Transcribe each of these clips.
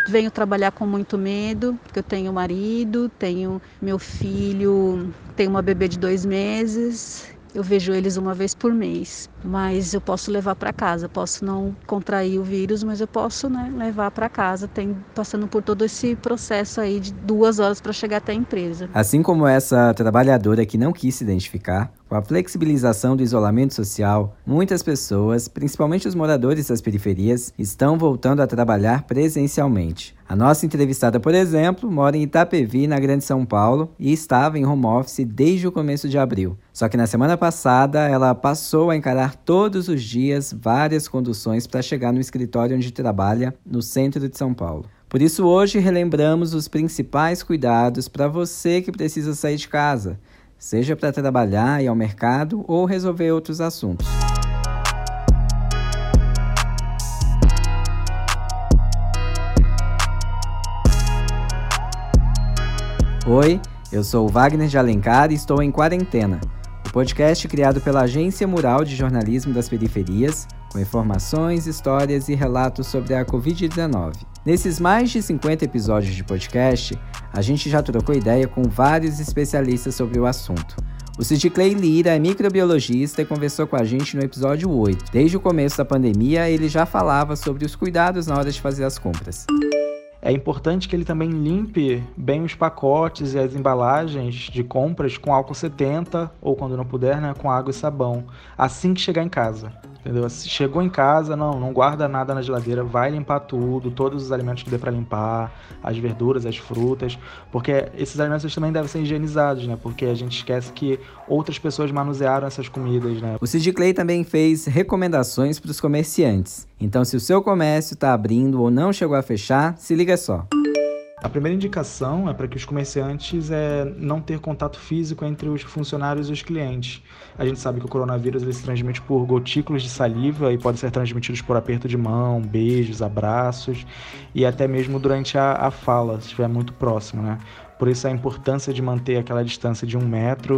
venho trabalhar com muito medo, porque eu tenho marido, tenho meu filho, tenho uma bebê de 2 meses. Eu vejo eles uma vez por mês, mas eu posso levar para casa. Posso não contrair o vírus, mas eu posso, levar para casa, passando por todo esse processo aí de 2 horas para chegar até a empresa. Assim como essa trabalhadora que não quis se identificar, com a flexibilização do isolamento social, muitas pessoas, principalmente os moradores das periferias, estão voltando a trabalhar presencialmente. A nossa entrevistada, por exemplo, mora em Itapevi, na Grande São Paulo, e estava em home office desde o começo de abril. Só que na semana passada, ela passou a encarar todos os dias várias conduções para chegar no escritório onde trabalha, no centro de São Paulo. Por isso, hoje relembramos os principais cuidados para você que precisa sair de casa, seja para trabalhar, ir ao mercado ou resolver outros assuntos. Oi, eu sou o Wagner de Alencar e estou em Quarentena, o podcast criado pela Agência Mural de Jornalismo das Periferias, com informações, histórias e relatos sobre a Covid-19. Nesses mais de 50 episódios de podcast, a gente já trocou ideia com vários especialistas sobre o assunto. O Sidicley Lira é microbiologista e conversou com a gente no episódio 8. Desde o começo da pandemia, ele já falava sobre os cuidados na hora de fazer as compras. É importante que ele também limpe bem os pacotes e as embalagens de compras com álcool 70 ou, quando não puder, com água e sabão, assim que chegar em casa. Entendeu? Se chegou em casa, não guarda nada na geladeira, vai limpar tudo, todos os alimentos que dê para limpar, as verduras, as frutas, porque esses alimentos também devem ser higienizados, porque a gente esquece que outras pessoas manusearam essas comidas. O Sidicley também fez recomendações para os comerciantes. Então, se o seu comércio está abrindo ou não chegou a fechar, se liga só. A primeira indicação é para que os comerciantes não ter contato físico entre os funcionários e os clientes. A gente sabe que o coronavírus ele se transmite por gotículas de saliva e pode ser transmitido por aperto de mão, beijos, abraços e até mesmo durante a fala, se estiver muito próximo, Por isso a importância de manter aquela distância de 1 metro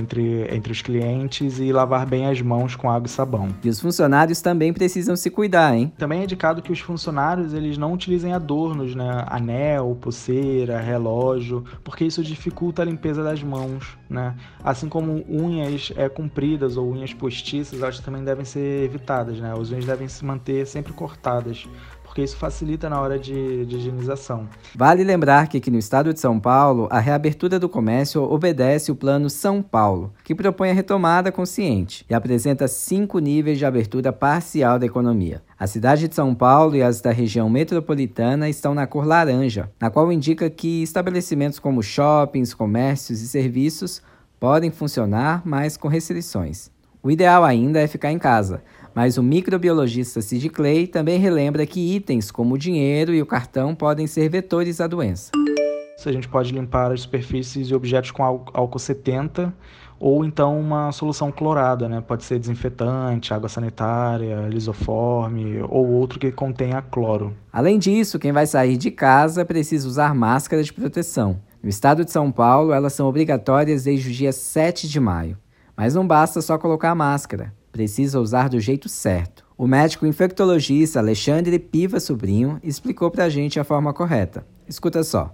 entre os clientes e lavar bem as mãos com água e sabão. E os funcionários também precisam se cuidar, hein? Também é indicado que os funcionários eles não utilizem adornos, anel, pulseira, relógio, porque isso dificulta a limpeza das mãos, Assim como unhas compridas ou unhas postiças, elas também devem ser evitadas, As unhas devem se manter sempre cortadas, porque isso facilita na hora de higienização. Vale lembrar que aqui no estado de São Paulo, a reabertura do comércio obedece o Plano São Paulo, que propõe a retomada consciente e apresenta 5 níveis de abertura parcial da economia. A cidade de São Paulo e as da região metropolitana estão na cor laranja, na qual indica que estabelecimentos como shoppings, comércios e serviços podem funcionar, mas com restrições. O ideal ainda é ficar em casa, mas o microbiologista Sidicley também relembra que itens como o dinheiro e o cartão podem ser vetores da doença. A gente pode limpar as superfícies e objetos com álcool 70 ou então uma solução clorada, Pode ser desinfetante, água sanitária, lisoforme ou outro que contenha cloro. Além disso, quem vai sair de casa precisa usar máscara de proteção. No estado de São Paulo, elas são obrigatórias desde o dia 7 de maio. Mas não basta só colocar a máscara, precisa usar do jeito certo. O médico infectologista Alexandre Piva Sobrinho explicou pra gente a forma correta. Escuta só.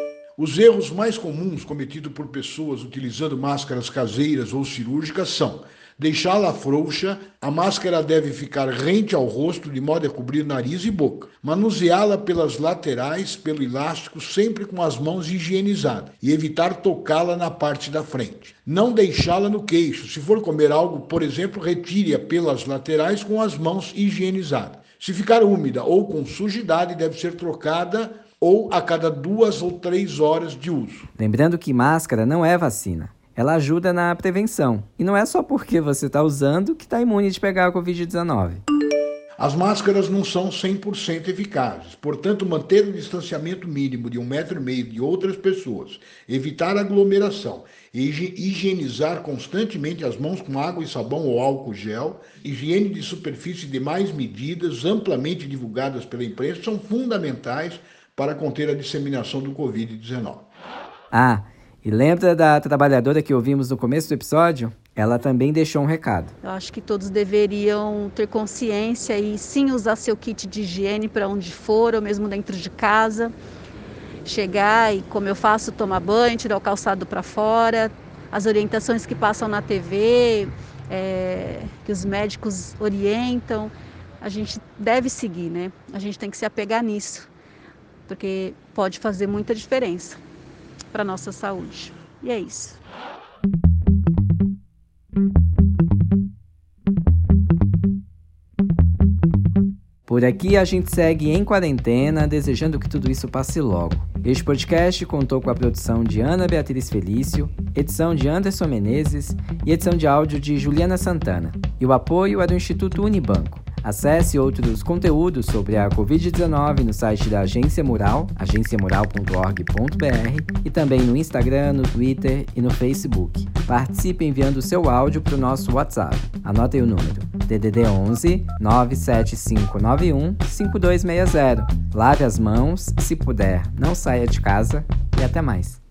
Os erros mais comuns cometidos por pessoas utilizando máscaras caseiras ou cirúrgicas são deixá-la frouxa, a máscara deve ficar rente ao rosto de modo a cobrir nariz e boca. Manuseá-la pelas laterais, pelo elástico, sempre com as mãos higienizadas e evitar tocá-la na parte da frente. Não deixá-la no queixo. Se for comer algo, por exemplo, retire-a pelas laterais com as mãos higienizadas. Se ficar úmida ou com sujidade, deve ser trocada ou a cada 2 ou 3 horas de uso. Lembrando que máscara não é vacina. Ela ajuda na prevenção. E não é só porque você está usando que está imune de pegar a Covid-19. As máscaras não são 100% eficazes. Portanto, manter o distanciamento mínimo de 1,5 metro de outras pessoas, evitar aglomeração e higienizar constantemente as mãos com água e sabão ou álcool gel, higiene de superfície e demais medidas amplamente divulgadas pela imprensa são fundamentais para conter a disseminação do Covid-19. E lembra da trabalhadora que ouvimos no começo do episódio? Ela também deixou um recado. Eu acho que todos deveriam ter consciência e sim usar seu kit de higiene para onde for, ou mesmo dentro de casa. Chegar e, como eu faço, tomar banho, tirar o calçado para fora. As orientações que passam na TV, que os médicos orientam, a gente deve seguir, né? A gente tem que se apegar nisso, porque pode fazer muita diferença para a nossa saúde. E é isso. Por aqui a gente segue em quarentena, desejando que tudo isso passe logo. Este podcast contou com a produção de Ana Beatriz Felício, edição de Anderson Menezes e edição de áudio de Juliana Santana. E o apoio é do Instituto Unibanco. Acesse outros conteúdos sobre a Covid-19 no site da Agência Mural, agenciamural.org.br, e também no Instagram, no Twitter e no Facebook. Participe enviando o seu áudio para o nosso WhatsApp. Anote aí o número: DDD 11 97591 5260. Lave as mãos, se puder, não saia de casa e até mais.